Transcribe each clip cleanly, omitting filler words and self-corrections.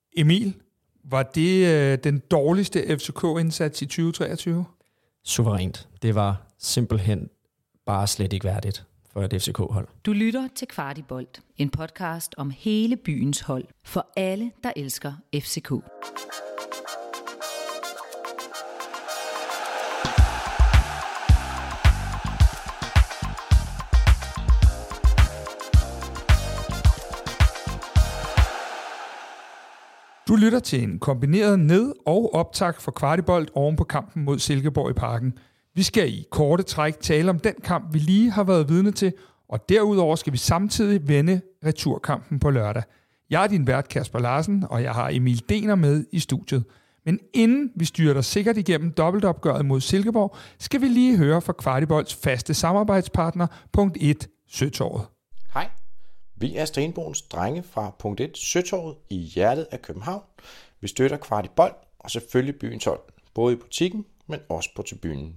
Emil, var det den dårligste FCK-indsats i 2023? Suverænt. Det var simpelthen bare slet ikke værdigt for et FCK-hold. Du lytter til Kvartibolt, en podcast om hele byens hold, for alle, der elsker FCK. Du lytter til en kombineret ned- og optakt for Kvartibolt oven på kampen mod Silkeborg i Parken. Vi skal i korte træk tale om den kamp, vi lige har været vidne til, og derudover skal vi samtidig vende returkampen på lørdag. Jeg er din vært Kasper Larsen, og jeg har Emil Dener med i studiet. Men inden vi styrter sikkert igennem dobbeltopgøret mod Silkeborg, skal vi lige høre fra Kvartibolts faste samarbejdspartner, Punkt 1, Søtorvet. Hej, vi er Stenboens drenge fra Punkt 1, Søtorvet i hjertet af København. Vi støtter Kvartibolt og selvfølgelig byens hold, både i butikken, men også på tribunen.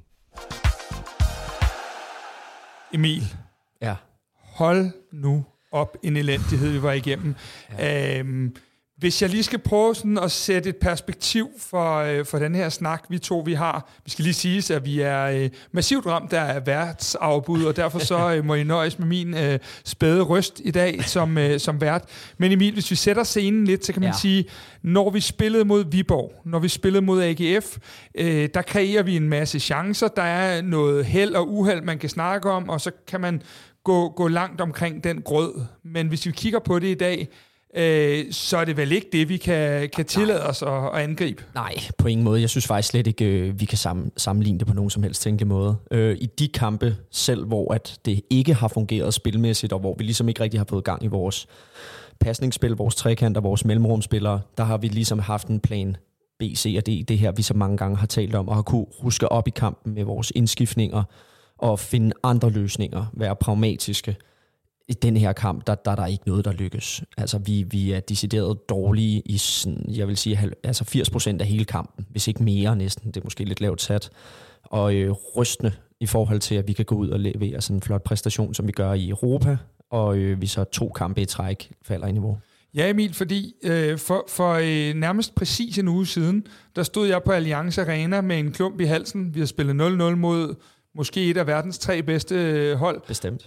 Emil, Ja. hold nu op en elendighed, vi var igennem. Ja. Hvis jeg lige skal prøve sådan at sætte et perspektiv for den her snak, vi har. Vi skal lige sige, at vi er massivt ramt af værtsafbud, og derfor så må I nøjes med min spæde røst i dag som vært. Men Emil, hvis vi sætter scenen lidt, så kan man sige, når vi spillede mod Viborg, når vi spillede mod AGF, der kreerer vi en masse chancer. Der er noget held og uheld, man kan snakke om, og så kan man gå langt omkring den grød. Men hvis vi kigger på det i dag, så er det vel ikke det, vi kan tillade os at angribe? Nej, på ingen måde. Jeg synes faktisk slet ikke, vi kan sammenligne det på nogen som helst tænkelig måde. I de kampe selv, hvor at det ikke har fungeret spilmæssigt, og hvor vi ligesom ikke rigtig har fået gang i vores pasningsspil, vores trekanter, vores mellemrumspillere, der har vi ligesom haft en plan B, C og D, det her vi så mange gange har talt om, og har kunne ruske op i kampen med vores indskiftninger og finde andre løsninger, være pragmatiske. I den her kamp, der er der ikke noget, der lykkes. Altså, vi er decideret dårlige i sådan, jeg vil sige, 80% af hele kampen, hvis ikke mere næsten. Det er måske lidt lavt sat. Og rystende i forhold til, at vi kan gå ud og levere sådan en flot præstation, som vi gør i Europa, og vi så 2 kampe i træk falder i niveau. Ja, Emil, fordi for nærmest præcis en uge siden, der stod jeg på Allianz Arena med en klump i halsen. Vi har spillet 0-0 mod måske et af verdens 3 bedste hold. Bestemt.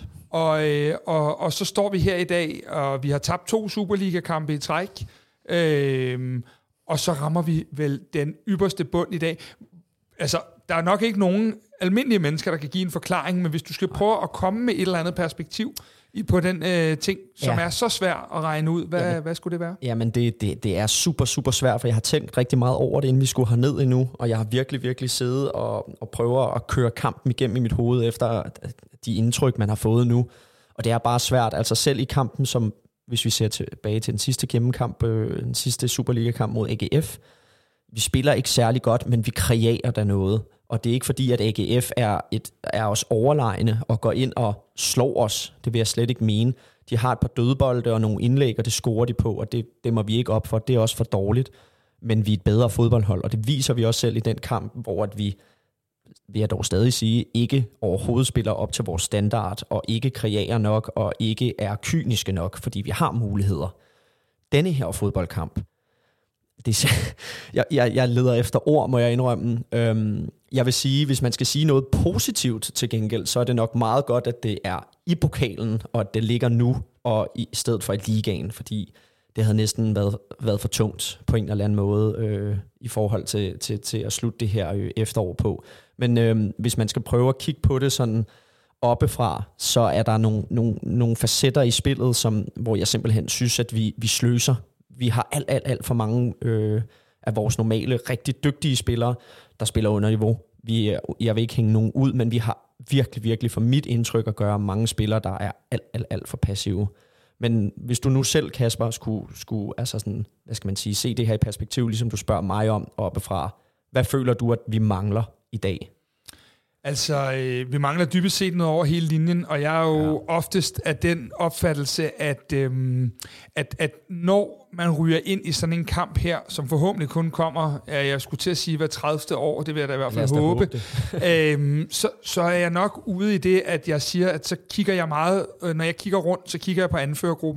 Og så står vi her i dag, og vi har tabt 2 Superliga-kampe i træk, og så rammer vi vel den ypperste bund i dag. Altså, der er nok ikke nogen almindelige mennesker, der kan give en forklaring, men hvis du skal prøve at komme med et eller andet perspektiv på den ting, som er så svær at regne ud, hvad skulle det være? Jamen, det er super, super svært, for jeg har tænkt rigtig meget over det, inden vi skulle herned endnu, og jeg har virkelig, virkelig siddet og prøver at køre kampen igennem i mit hoved efter de indtryk, man har fået nu. Og det er bare svært, altså selv i kampen, som hvis vi ser tilbage til den sidste gennemkamp, den sidste Superliga-kamp mod AGF, vi spiller ikke særlig godt, men vi kreerer der noget. Og det er ikke fordi, at AGF er os overlegne og går ind og slår os. Det vil jeg slet ikke mene. De har et par dødbolde og nogle indlæg, og det scorer de på, og det må vi ikke op for. Det er også for dårligt. Men vi er et bedre fodboldhold, og det viser vi også selv i den kamp, hvor at vi, vil jeg dog stadig sige, ikke overhovedet spiller op til vores standard, og ikke kreerer nok, og ikke er kyniske nok, fordi vi har muligheder. Denne her fodboldkamp, jeg leder efter ord, må jeg indrømme. Jeg vil sige, hvis man skal sige noget positivt til gengæld, så er det nok meget godt, at det er i pokalen, og at det ligger nu, og i stedet for i ligaen, fordi det havde næsten været for tungt på en eller anden måde i forhold til at slutte det her efterår på. Men hvis man skal prøve at kigge på det sådan oppefra, så er der nogle facetter i spillet, hvor jeg simpelthen synes, at vi sløser. Vi har alt for mange af vores normale, rigtig dygtige spillere, der spiller under niveau. Jeg vil ikke hænge nogen ud, men vi har virkelig, virkelig for mit indtryk at gøre mange spillere, der er alt for passive. Men hvis du nu selv, Kasper, skulle altså sådan, hvad skal man sige, se det her i perspektiv, ligesom du spørger mig om oppefra, hvad føler du, at vi mangler i dag? Altså, vi mangler dybest set noget over hele linjen, og jeg er jo oftest af den opfattelse, at når man ryger ind i sådan en kamp her, som forhåbentlig kun kommer, jeg skulle til at sige hver 30. år, det vil jeg da i hvert fald håbe, så er jeg nok ude i det, at jeg siger, at så kigger jeg meget, når jeg kigger rundt, så kigger jeg på anførergruppen.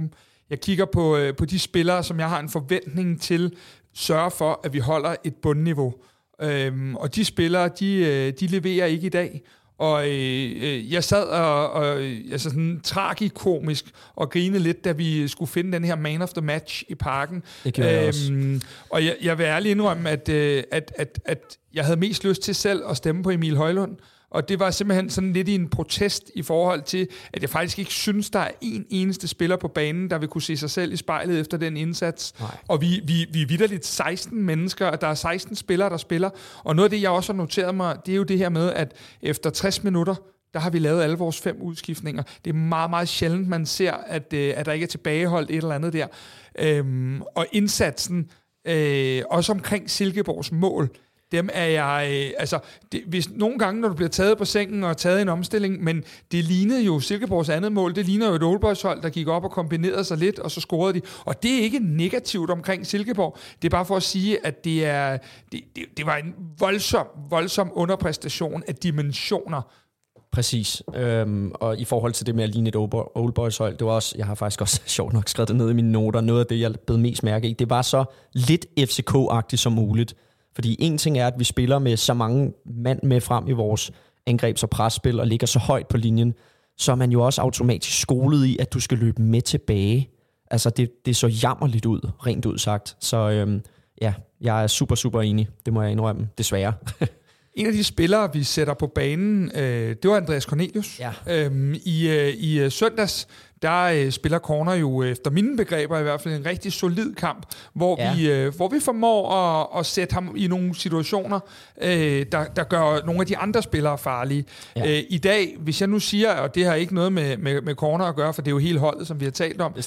Jeg kigger på de spillere, som jeg har en forventning til, sørge for, at vi holder et bundniveau. Og de spillere, de leverer ikke i dag. Og jeg sad og altså sådan tragikomisk og grinede lidt, da vi skulle finde den her man of the match i Parken. Det gjorde jeg også. Og jeg vil ærligt indrømme, at jeg havde mest lyst til selv at stemme på Emil Højlund. Og det var simpelthen sådan lidt i en protest i forhold til, at jeg faktisk ikke synes, der er en eneste spiller på banen, der vil kunne se sig selv i spejlet efter den indsats. Nej. Og vi er vitterligt 16 mennesker, og der er 16 spillere, der spiller. Og noget af det, jeg også har noteret mig, det er jo det her med, at efter 60 minutter, der har vi lavet alle vores 5 udskiftninger. Det er meget, meget sjældent, man ser, at der ikke er tilbageholdt et eller andet der. Og indsatsen, også omkring Silkeborgs mål, dem er jeg, hvis nogle gange, når du bliver taget på sengen og taget en omstilling, men det lignede jo Silkeborgs andet mål, det ligner jo et Oldboys-hold, der gik op og kombinerede sig lidt, og så scorede de. Og det er ikke negativt omkring Silkeborg. Det er bare for at sige, at det var en voldsom underpræstation af dimensioner. Præcis. Og i forhold til det med at ligne et Oldboys-hold, det var også, jeg har faktisk også sjovt nok skrevet det ned i mine noter, noget af det, jeg bed mest mærke i, det var så lidt FCK-agtigt som muligt. Fordi en ting er, at vi spiller med så mange mand med frem i vores angrebs- og presspil og ligger så højt på linjen, så er man jo også automatisk skolet i, at du skal løbe med tilbage. Altså det så jammerligt ud, rent ud sagt. Så ja, jeg er super, super enig. Det må jeg indrømme, desværre. En af de spillere, vi sætter på banen, det var Andreas Cornelius. Ja. I søndags, der spiller Corner jo efter mine begreber i hvert fald en rigtig solid kamp, hvor vi formår at sætte ham i nogle situationer, der gør nogle af de andre spillere farlige. Ja. I dag, hvis jeg nu siger, og det har ikke noget med Corner at gøre, for det er jo hele holdet, som vi har talt om,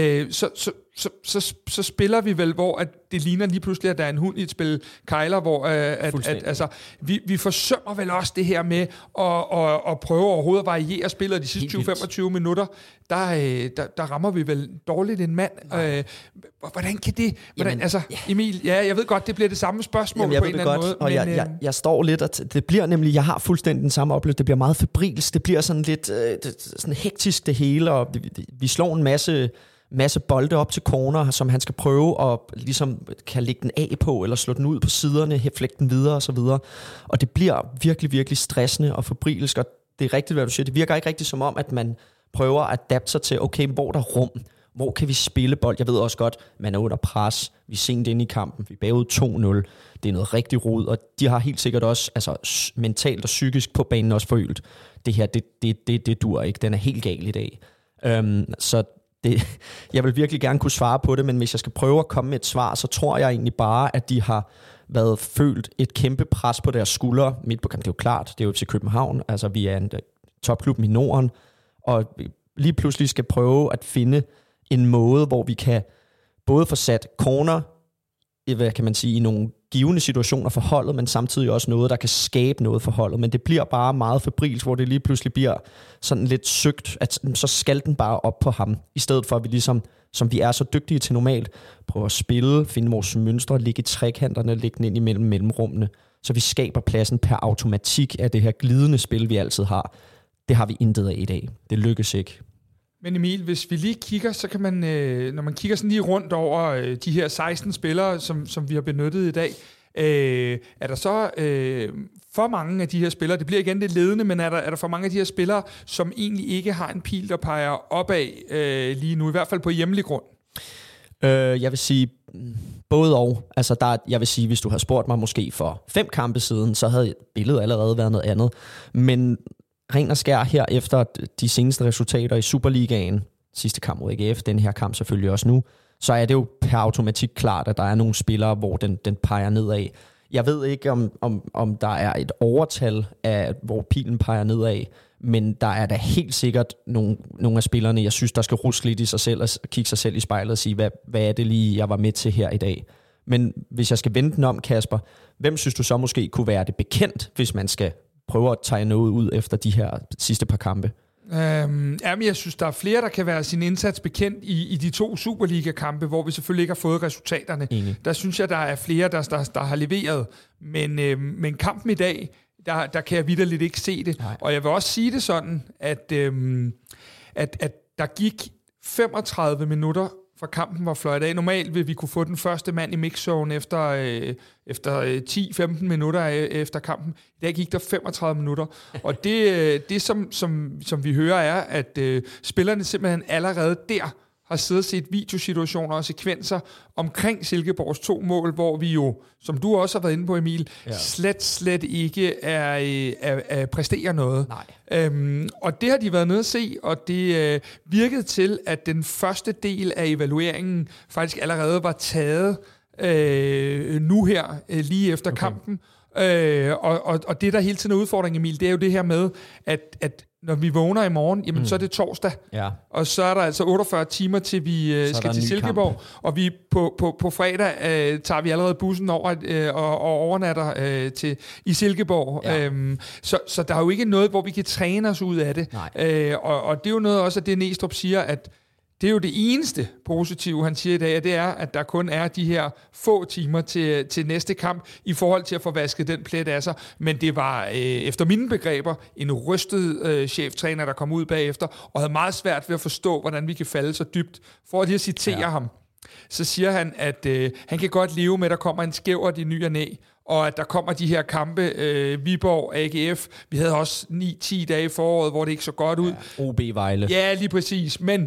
så spiller vi vel, hvor at det ligner lige pludselig, at der er en hund i et spil kejler, hvor altså, vi forsømmer vel også det her med at prøve overhovedet at variere spillet de sidste 20-25 minutter. Der rammer vi vel dårligt en mand. Hvordan kan det? Emil, jeg ved godt, det bliver det samme spørgsmål på en eller anden måde. Og jeg står lidt, og det bliver nemlig, jeg har fuldstændig den samme oplevelse, det bliver meget febrilsk, det bliver sådan lidt sådan hektisk det hele, og vi slår en masse bolde op til Corner, som han skal prøve at ligesom kan lægge den af på, eller slå den ud på siderne, flække den videre og så videre. Og det bliver virkelig, virkelig stressende og febrilsk, og det er rigtigt, hvad du siger. Det virker ikke rigtigt som om, at man prøver at adapte sig til, okay, hvor der er rum, hvor kan vi spille bold? Jeg ved også godt, man er under pres, vi er sent inde i kampen, vi er bagud 2-0, det er noget rigtig rod, og de har helt sikkert også, altså mentalt og psykisk på banen også forøget. Det her, det dur ikke, den er helt gal i dag. Så jeg vil virkelig gerne kunne svare på det, men hvis jeg skal prøve at komme med et svar, så tror jeg egentlig bare, at de har været følt et kæmpe pres på deres skuldre midt på kampen. Det er jo klart, det er jo FC København, altså vi er en topklub i Norden, og lige pludselig skal prøve at finde en måde, hvor vi kan både få sat Corner, hvad kan man sige, i nogle givende situationer for holdet, men samtidig også noget, der kan skabe noget for holdet. Men det bliver bare meget febrilsk, hvor det lige pludselig bliver sådan lidt søgt, at så skal den bare op på ham, i stedet for at vi ligesom, som vi er så dygtige til normalt, prøver at spille, finde vores mønstre, ligge i trekanterne, lægge den ind imellem mellemrummene, så vi skaber pladsen per automatik af det her glidende spil, vi altid har. Det har vi intet af i dag. Det lykkes ikke. Men Emil, hvis vi lige kigger, så kan man, når man kigger sådan lige rundt over de her 16 spillere, som vi har benyttet i dag, er der så for mange af de her spillere, det bliver igen det ledende, men er der for mange af de her spillere, som egentlig ikke har en pil, der peger opad lige nu, i hvert fald på hjemlig grund? Jeg vil sige både og. Altså jeg vil sige, hvis du har spurgt mig måske for 5 kampe siden, så havde billedet allerede været noget andet. Men ren og skær her efter de seneste resultater i Superligaen, sidste kamp mod AGF, den her kamp selvfølgelig også nu, så er det jo per automatik klart, at der er nogle spillere, hvor den peger nedad. Jeg ved ikke, om der er et overtal, af, hvor pilen peger nedad, men der er da helt sikkert nogle af spillerne, jeg synes, der skal ruske lidt i sig selv og kigge sig selv i spejlet og sige, hvad er det lige, jeg var med til her i dag? Men hvis jeg skal vende den om, Kasper, hvem synes du så måske kunne være det bekendt, hvis man skal prøve at tage noget ud efter de her sidste par kampe? Jamen, jeg synes, der er flere, der kan være sin indsats bekendt i de 2 Superliga-kampe, hvor vi selvfølgelig ikke har fået resultaterne. Der synes jeg, der er flere, der har leveret. Men kampen i dag, der kan jeg vitterligt ikke se det. Nej. Og jeg vil også sige det sådan, at der gik 35 minutter fra kampen var fløjt af. Normalt vil vi kunne få den første mand i mixzone efter 10-15 minutter efter kampen. I dag gik der 35 minutter. Og det som vi hører, er, at spillerne simpelthen allerede der har siddet og set videosituationer og sekvenser omkring Silkeborgs 2 mål, hvor vi jo, som du også har været inde på, Emil, slet ikke er præsterer noget. Og det har de været nede at se, og det virkede til, at den første del af evalueringen faktisk allerede var taget nu her, lige efter kampen. Og det, der hele tiden er udfordringen, Emil, det er jo det her med, at når vi vågner i morgen, jamen så er det torsdag, og så er der altså 48 timer til vi skal til Silkeborg, og vi på fredag tager vi allerede bussen over og overnatter i Silkeborg. Så der er jo ikke noget, hvor vi kan træne os ud af det. Og det er jo noget også, at det Næstrup siger, at det er jo det eneste positive, han siger i dag, det er, at der kun er de her få timer til næste kamp, i forhold til at få vasket den plet af sig. Men det var, efter mine begreber, en rystet cheftræner, der kom ud bagefter, og havde meget svært ved at forstå, hvordan vi kan falde så dybt. For lige at citere ham, så siger han, at han kan godt leve med, at der kommer en skævert i ny og næ, og at der kommer de her kampe, Viborg, AGF. Vi havde også 9-10 dage i foråret, hvor det ikke så godt ud. OB Vejle. Ja, lige præcis. Men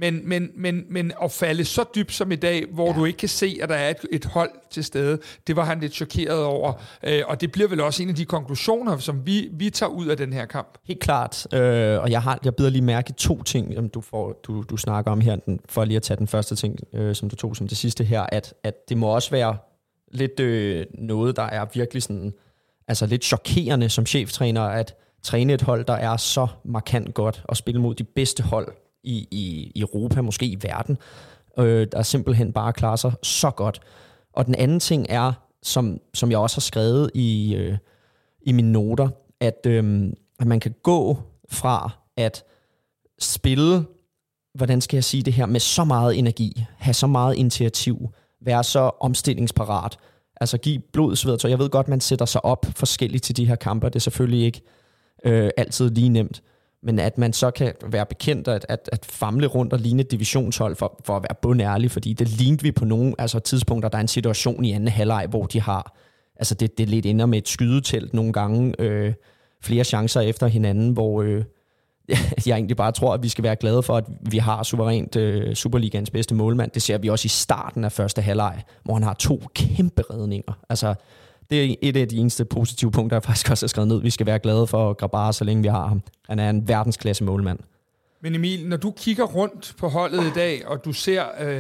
at falde så dybt som i dag, hvor du ikke kan se, at der er et hold til stede, det var han lidt chokeret over. Og det bliver vel også en af de konklusioner, som vi tager ud af den her kamp. Helt klart. Og jeg bider lige mærke i 2 ting, som du snakker om her, for lige at tage den første ting, som du tog som det sidste her, at det må også være lidt noget, der er virkelig sådan, altså lidt chokerende som cheftræner, at træne et hold, der er så markant godt, og spille mod de bedste hold i Europa, måske i verden, der simpelthen bare klarer sig så godt. Og den anden ting er, som jeg også har skrevet i mine noter, at man kan gå fra at spille, hvordan skal jeg sige det her, med så meget energi, have så meget initiativ, være så omstillingsparat, altså give blod, sved, så jeg ved godt, man sætter sig op forskelligt til de her kampe, det er selvfølgelig ikke altid lige nemt, men at man så kan være bekendt at famle rundt og ligne et divisionshold, for at være bundærlig, fordi det lignede vi på nogle tidspunkter, der er en situation i anden halvleg, hvor de har, altså det lidt ender med et skydetelt nogle gange, flere chancer efter hinanden, hvor jeg egentlig bare tror, at vi skal være glade for, at vi har suverænt Superligans bedste målmand. Det ser vi også i starten af første halvleg, hvor han har 2 kæmpe redninger. Altså, det er et af de eneste positive punkter, jeg faktisk også har skrevet ned. Vi skal være glade for Grabar, så længe vi har ham. Han er en verdensklasse målmand. Men Emil, når du kigger rundt på holdet i dag, og du ser,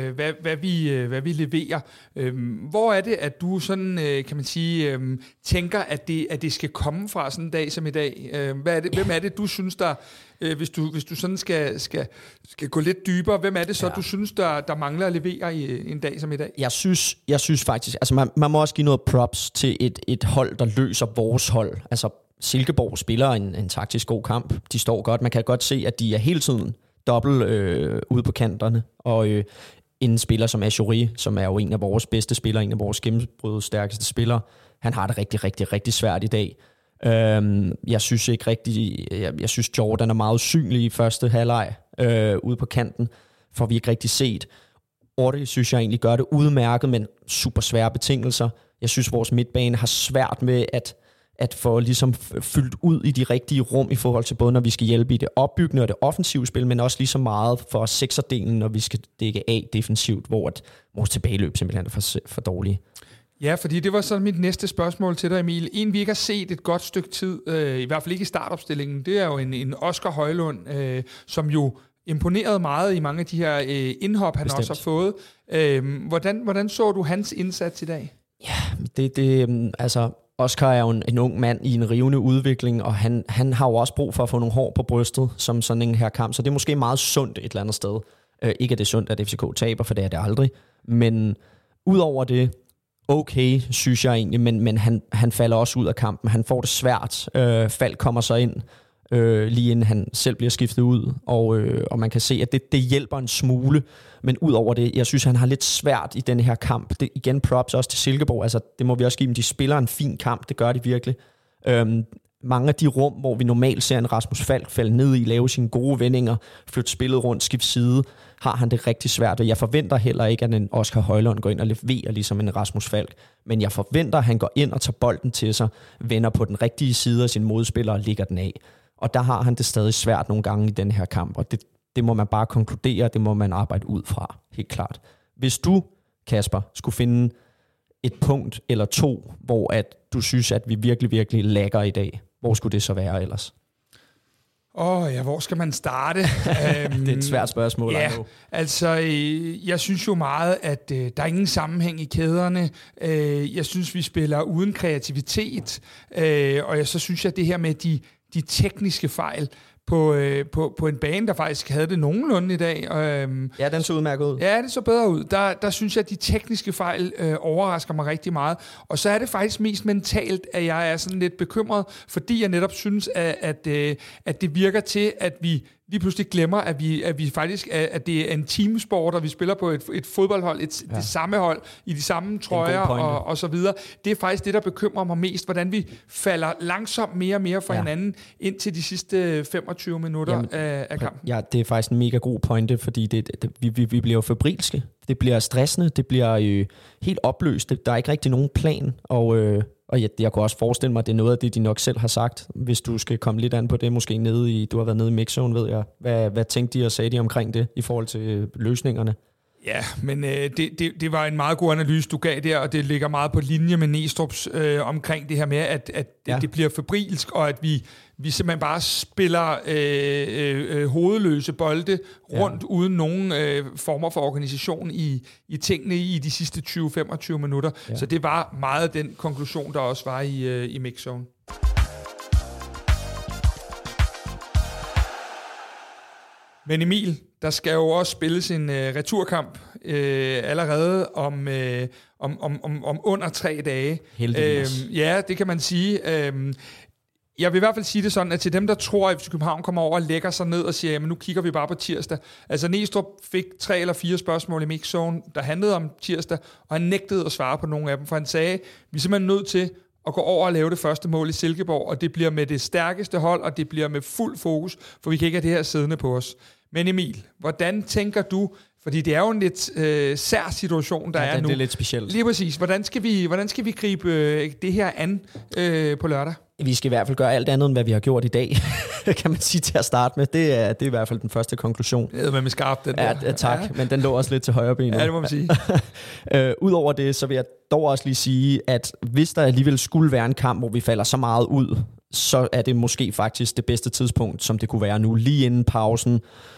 hvad vi leverer, hvor er det, at du sådan, kan man sige, tænker, at det skal komme fra sådan en dag som i dag? Hvem er det, du synes, der, hvis du sådan skal gå lidt dybere, hvem er det så, du synes, der mangler at levere i en dag som i dag? Jeg synes faktisk, altså man må også give noget props til et hold, der løser vores hold. Altså Silkeborg spiller en taktisk god kamp. De står godt. Man kan godt se, at de er hele tiden dobbelt ude på kanterne. Og en spiller som Ajouri, som er jo en af vores bedste spillere, en af vores gennembrudstærkeste spillere, han har det rigtig, rigtig, rigtig svært i dag. Jeg synes ikke rigtig... Jeg synes, Jordan er meget usynlig i første halvleg ude på kanten, for vi ikke rigtig set. Orte synes jeg egentlig gør det udmærket, men super svære betingelser. Jeg synes, vores midtbane har svært med at få ligesom fyldt ud i de rigtige rum i forhold til både, når vi skal hjælpe i det opbyggende og det offensive spil, men også lige så meget for sekserdelen, når vi skal dække af defensivt, hvor vores tilbageløb simpelthen er for dårlige. Ja, fordi det var så mit næste spørgsmål til dig, Emil. En, vi ikke har set et godt stykke tid, i hvert fald ikke i startopstillingen, det er jo en Oscar Højlund, som jo imponerede meget i mange af de her indhop, han også har fået. Hvordan så du hans indsats i dag? Ja, altså Oscar er jo en ung mand i en rivende udvikling, og han har jo også brug for at få nogle hår på brystet, som sådan en her kamp, så det er måske meget sundt et eller andet sted. Ikke at det er sundt, at FCK taber, for det er det aldrig, men udover det, okay, synes jeg egentlig, men han falder også ud af kampen. Han får det svært. Falk kommer så ind, lige inden han selv bliver skiftet ud, og man kan se, at det hjælper en smule, men ud over det, jeg synes, han har lidt svært i den her kamp. Det, igen, props også til Silkeborg, altså det må vi også give dem, de spiller en fin kamp, det gør de virkelig. mange af de rum, hvor vi normalt ser en Rasmus Falk falde ned i, lave sine gode vendinger, flytte spillet rundt, skifte side, har han det rigtig svært. Og jeg forventer heller ikke, at en Oscar Højlund går ind og leverer ligesom en Rasmus Falk. Men jeg forventer, at han går ind og tager bolden til sig, vender på den rigtige side af sin modspiller og ligger den af. Og der har han det stadig svært nogle gange i den her kamp, og det må man bare konkludere, det må man arbejde ud fra, helt klart. Hvis du, Kasper, skulle finde et punkt eller to, hvor at du synes, at vi virkelig, virkelig lagger i dag, hvor skulle det så være ellers? Hvor skal man starte? Det er et svært spørgsmål. Ja, altså, jeg synes jo meget, at der er ingen sammenhæng i kæderne. Jeg synes, vi spiller uden kreativitet, og så synes jeg, at det her med de tekniske fejl på en bane, der faktisk havde det nogenlunde i dag. Ja, den så udmærket ud. Ja, det så bedre ud. Der synes jeg, at de tekniske fejl overrasker mig rigtig meget. Og så er det faktisk mest mentalt, at jeg er sådan lidt bekymret, fordi jeg netop synes, at det virker til, at vi lige pludselig glemmer, at vi faktisk at det er en teamsport, og vi spiller på et fodboldhold, det samme hold, i de samme trøjer og så videre. Det er faktisk det, der bekymrer mig mest, hvordan vi falder langsomt mere og mere fra hinanden ind til de sidste 25 minutter af kampen. Ja, det er faktisk en mega god pointe, fordi vi bliver jo febrilske. Det bliver stressende, det bliver helt opløst. Der er ikke rigtig nogen plan, og jeg kunne også forestille mig, at det er noget af det, de nok selv har sagt, hvis du skal komme lidt an på det, måske du har været nede i mixzone, ved jeg. Hvad tænkte de og sagde de omkring det, i forhold til løsningerne? Ja, men det var en meget god analyse, du gav der, og det ligger meget på linje med Næstrups omkring det her med, at det bliver febrilsk, og at vi simpelthen bare spiller hovedløse bolde rundt uden nogen former for organisation i tingene i de sidste 20-25 minutter. Ja. Så det var meget den konklusion, der også var i mixzone. Men Emil, der skal jo også spilles en returkamp allerede om under 3 dage. Heldigvis. Ja, det kan man sige. Jeg vil i hvert fald sige det sådan, at til dem, der tror, at FC København kommer over og lægger sig ned og siger, jamen nu kigger vi bare på tirsdag. Altså Næstrup fik 3 eller 4 spørgsmål i mixzone, der handlede om tirsdag, og han nægtede at svare på nogle af dem, for han sagde, vi er simpelthen nødt til at gå over og lave det første mål i Silkeborg, og det bliver med det stærkeste hold, og det bliver med fuld fokus, for vi kan ikke have det her siddende på os. Men Emil, hvordan tænker du, fordi det er jo en lidt sær situation, der er nu. Det er lidt specielt. Lige præcis. Hvordan skal vi gribe det her an på lørdag? Vi skal i hvert fald gøre alt andet, end hvad vi har gjort i dag, kan man sige til at starte med. Det er i hvert fald den første konklusion. Det er med skarpt, den der. Ja, tak, men den lå også lidt til højre benet. Ja, det må man sige. Udover det, så vil jeg dog også lige sige, at hvis der alligevel skulle være en kamp, hvor vi falder så meget ud, så er det måske faktisk det bedste tidspunkt, som det kunne være nu, lige inden pausen,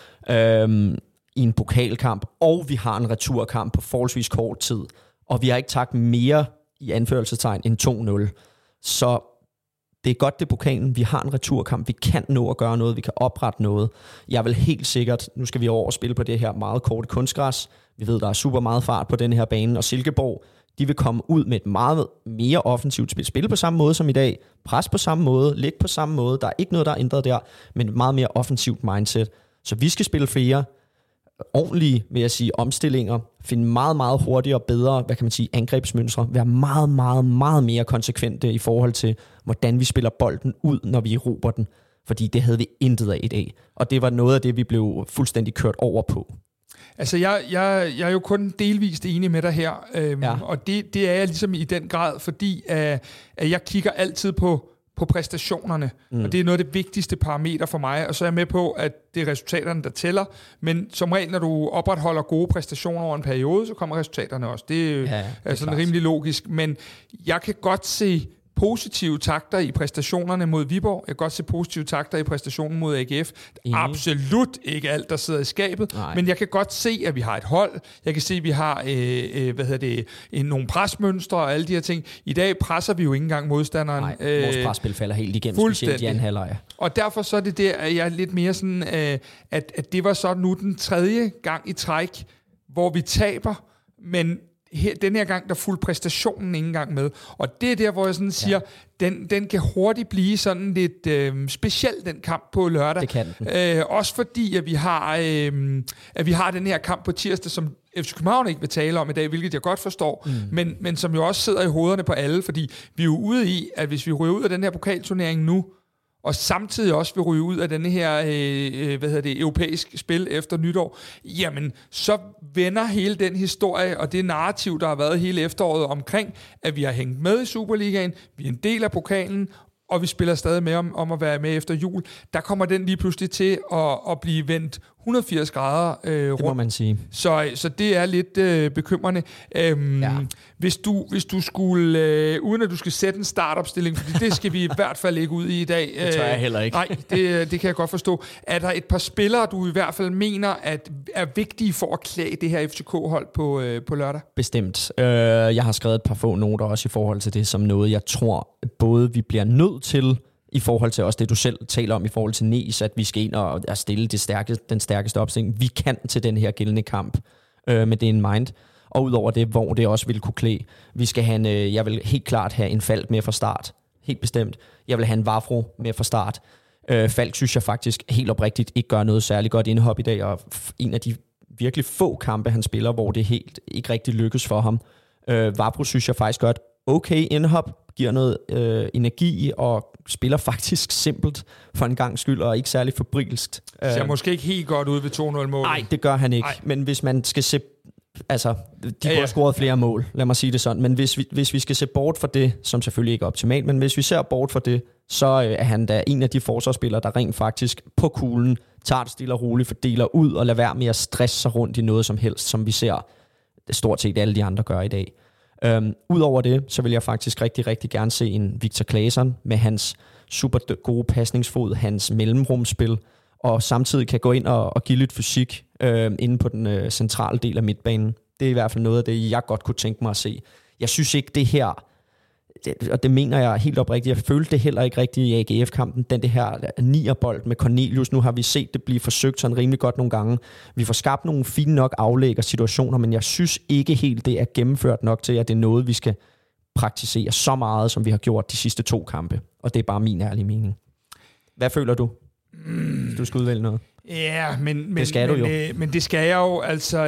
i en pokalkamp, og vi har en returkamp på forholdsvis kort tid, og vi har ikke taget mere i anførselstegn end 2-0. Så det er godt, det pokalen. Vi har en returkamp. Vi kan nå at gøre noget. Vi kan oprette noget. Jeg vil helt sikkert, nu skal vi over og spille på det her meget korte kunstgræs. Vi ved, der er super meget fart på den her bane, og Silkeborg, de vil komme ud med et meget mere offensivt spil. Spille på samme måde som i dag. Pres på samme måde. Ligge på samme måde. Der er ikke noget, der er ændret der, men et meget mere offensivt mindset. Så vi skal spille flere ordentlige, vil jeg sige, omstillinger, finde meget, meget hurtigere og bedre, hvad kan man sige, angrebsmønstre, være meget, meget, meget mere konsekvente i forhold til, hvordan vi spiller bolden ud, når vi erobrer den, fordi det havde vi intet af i dag, og det var noget af det, vi blev fuldstændig kørt over på. Altså, jeg er jo kun delvist enig med dig her, og det er jeg ligesom i den grad, fordi at jeg kigger altid på præstationerne, og det er noget af det vigtigste parameter for mig, og så er jeg med på, at det er resultaterne, der tæller, men som regel, når du opretholder gode præstationer over en periode, så kommer resultaterne også. Det er sådan rimelig logisk, men jeg kan godt se positive takter i præstationerne mod Viborg. Jeg kan godt se positive takter i præstationen mod AGF. Absolut ikke alt, der sidder i skabet, men jeg kan godt se, at vi har et hold. Jeg kan se, at vi har nogle presmønstre og alle de her ting. I dag presser vi jo ikke engang modstanderen. Nej, vores presspil falder helt igennem, specielt i anden halvleg. Og derfor så er det der, at jeg er lidt mere sådan, at det var så nu den 3. gang i træk, hvor vi taber, men den her gang, der fulgte præstationen ikke engang med. Og det er der, hvor jeg sådan siger, den kan hurtigt blive sådan lidt speciel, den kamp på lørdag. Det kan den. Også fordi, at vi har den her kamp på tirsdag, som FC København ikke vil tale om i dag, hvilket jeg godt forstår, men som jo også sidder i hovederne på alle, fordi vi er jo ude i, at hvis vi ryger ud af den her pokalturnering nu, og samtidig også vil ryge ud af denne her europæisk spil efter nytår, jamen så vender hele den historie og det narrativ, der har været hele efteråret omkring, at vi har hængt med i Superligaen, vi er en del af pokalen, og vi spiller stadig med om at være med efter jul. Der kommer den lige pludselig til at blive vendt 180 grader rundt. Det må man sige. Så det er lidt bekymrende. Hvis du skulle, uden at du skal sætte en startopstilling, fordi det skal vi i hvert fald ikke ud i dag. Det tør jeg heller ikke. Nej, det kan jeg godt forstå. Er der et par spillere, du i hvert fald mener, at er vigtige for at klæde det her FCK-hold på lørdag? Bestemt. Jeg har skrevet et par få noter også i forhold til det, som noget, jeg tror, både vi bliver nødt til, i forhold til også det, du selv taler om, i forhold til Nice, at vi skal ind og stille den stærkeste opstilling. Vi kan til den her gældende kamp med det in mind. Og udover det, hvor det også vil kunne klæde. Vi skal have jeg vil helt klart have en Falk med fra start. Helt bestemt. Jeg vil have en Vafro med fra start. Falk synes jeg faktisk helt oprigtigt ikke gør noget særligt godt indhop i dag, og en af de virkelig få kampe, han spiller, hvor det helt ikke rigtig lykkes for ham. Vafro synes jeg faktisk gør et okay indhop, giver noget energi og spiller faktisk simpelt for en gang skyld, og ikke særlig febrilskt. Ser måske ikke helt godt ud ved 2-0-målet. Nej, det gør han ikke. Men hvis man skal se... Altså, de kunne have scoret flere mål, lad mig sige det sådan. Men hvis vi skal se bort fra det, som selvfølgelig ikke er optimalt, men hvis vi ser bort fra det, så er han da en af de forsvarsspillere, der rent faktisk på kuglen tager det stille og roligt, fordeler ud og lader være med at stresse sig rundt i noget som helst, som vi ser stort set alle de andre gør i dag. Udover det, så vil jeg faktisk rigtig, rigtig gerne se en Victor Claesson med hans super gode pasningsfod, hans mellemrumspil, og samtidig kan gå ind og give lidt fysik inde på den centrale del af midtbanen. Det er i hvert fald noget af det, jeg godt kunne tænke mig at se. Jeg synes ikke det her, og det mener jeg helt oprigtigt, jeg følte det heller ikke rigtigt i AGF-kampen, det her nierbold med Cornelius. Nu har vi set det blive forsøgt sådan rimelig godt nogle gange. Vi får skabt nogle fine nok aflæg og situationer, men jeg synes ikke helt, det er gennemført nok til, at det er noget, vi skal praktisere så meget, som vi har gjort de sidste 2 kampe. Og det er bare min ærlige mening. Hvad føler du? Du skal udvælge noget. Ja, men det skal du jo. Men det skal jeg jo. Altså,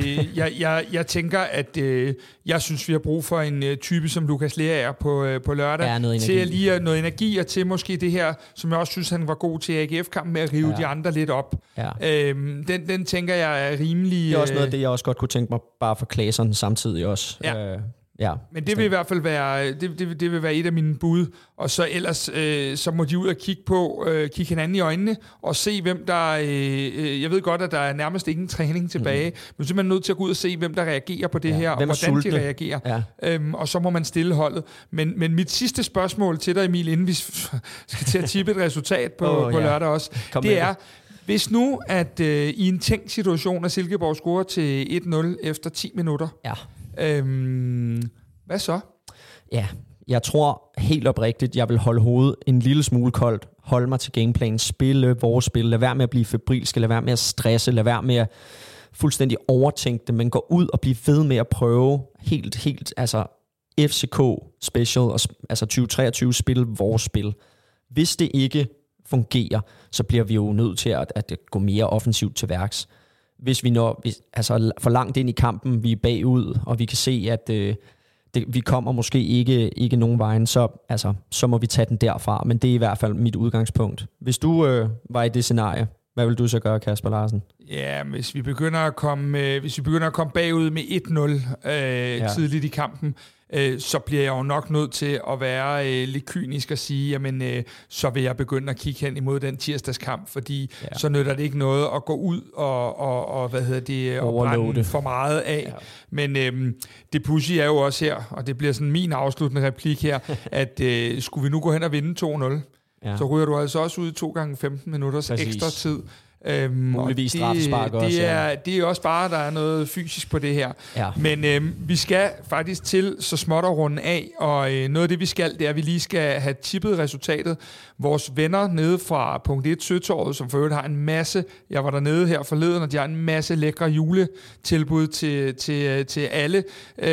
jeg tænker, at jeg synes, vi har brug for en type som Lukas Lerager på lørdag. Til at lige noget energi, og til måske det her, som jeg også synes, han var god til AGF-kampen med at rive de andre lidt op. Ja. Den tænker jeg er rimelig... Det er også noget af det, jeg også godt kunne tænke mig, bare for Claesson samtidig også. Ja. Ja, men det vil i hvert fald være det vil være et af mine bud, og så ellers så må de ud og kigge hinanden i øjnene og se hvem der jeg ved godt, at der er nærmest ingen træning tilbage, men så er man nødt til at gå ud og se hvem der reagerer på det her, og hvordan de reagerer. Ja. Og så må man stille holdet. Men mit sidste spørgsmål til dig, Emil, inden vi skal til at tippe et resultat på lørdag også, det er: hvis nu, at i en tænkt situation, at Silkeborg scorer til 1-0 efter 10 minutter, hvad så? Ja, jeg tror helt oprigtigt, jeg vil holde hovedet en lille smule koldt, holde mig til gameplanen, spille vores spil, lad være med at blive febrilsk, lad være med at stresse, lad være med at fuldstændig overtænke det, men gå ud og blive ved med at prøve helt, altså FCK special, altså 2023 spil vores spil. Hvis det ikke fungerer, så bliver vi jo nødt til at gå mere offensivt til værks. Hvis vi når for langt ind i kampen, vi er bagud, og vi kan se, at vi kommer måske ikke nogen vejen, så må vi tage den derfra. Men det er i hvert fald mit udgangspunkt. Hvis du var i det scenarie, hvad vil du så gøre, Kasper Larsen? Ja, hvis vi begynder at komme bagud med 1-0 tidligt i kampen, så bliver jeg jo nok nødt til at være lidt kynisk og sige, jamen, så vil jeg begynde at kigge hen imod den tirsdagskamp, fordi så nytter det ikke noget at gå ud og og brænde for meget af. Ja. Men det pussy er jo også her, og det bliver sådan min afsluttende replik her, at skulle vi nu gå hen og vinde 2-0, så ryger du altså også ud 2 gange 15 minutters ekstra tid. Muligvis straffespark også. Det er også bare, der er noget fysisk på det her. Ja. Men vi skal faktisk til så småt at runde af, og noget af det, vi skal, det er, at vi lige skal have tippet resultatet. Vores venner nede fra Punkt 1 Søtorvet, som for øvrigt har en masse, jeg var dernede her forleden, og de har en masse lækre juletilbud til alle.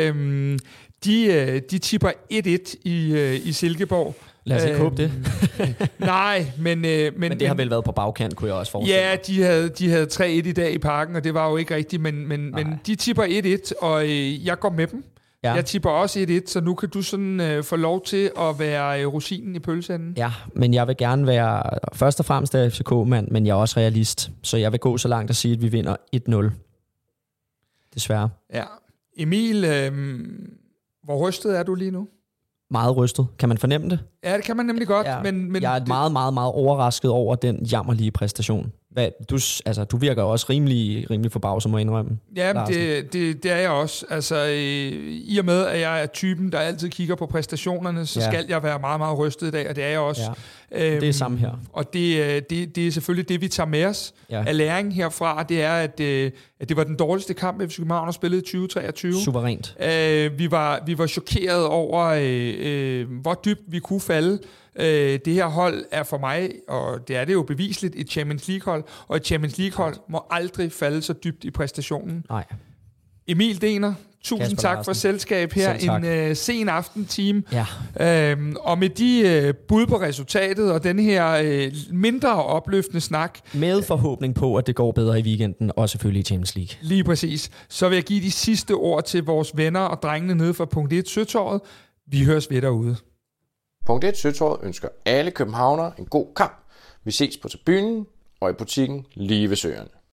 De tipper 1-1 i Silkeborg. Lad os ikke håbe det. Nej, men det har vel været på bagkant, kunne jeg også forestille mig. Ja, de havde 3-1 i dag i parken, og det var jo ikke rigtigt, men de tipper 1-1, og jeg går med dem. Ja. Jeg tipper også 1-1, så nu kan du sådan få lov til at være rosinen i pølseenden. Ja, men jeg vil gerne være først og fremmest der FCK-mand, men jeg er også realist, så jeg vil gå så langt at sige, at vi vinder 1-0. Desværre. Ja. Emil, hvor rystet er du lige nu? Meget rystet. Kan man fornemme det? Ja, det kan man nemlig godt. Ja, men jeg er meget, meget, meget overrasket over den jammerlige præstation. Du virker også rimelig forbavset, må jeg indrømme. Ja, det er jeg også. Altså, i og med, at jeg er typen, der altid kigger på præstationerne, så skal jeg være meget, meget rystet i dag, og det er jeg også. Ja, det er samme her. Og det er selvfølgelig det, vi tager med os af læring herfra. Det er, at det var den dårligste kamp, FC København har spillet i 2023. Suverænt. Vi var chokeret over, hvor dybt vi kunne falde. Det her hold er for mig, og det er det jo bevisligt, et Champions League-hold, og et Champions League-hold må aldrig falde så dybt i præstationen. Nej. Emil Dehner, tusind tak for selskab her en sen aftentime. Ja. Og med de bud på resultatet og den her mindre opløftende snak. Med forhåbning på, at det går bedre i weekenden, og selvfølgelig i Champions League. Lige præcis. Så vil jeg give de sidste ord til vores venner og drengene nede fra Punkt 1 Søtorvet. Vi høres ved derude. Punkt 1 Søtorvet ønsker alle københavnere en god kamp. Vi ses på tribunen og i butikken lige ved Søerne.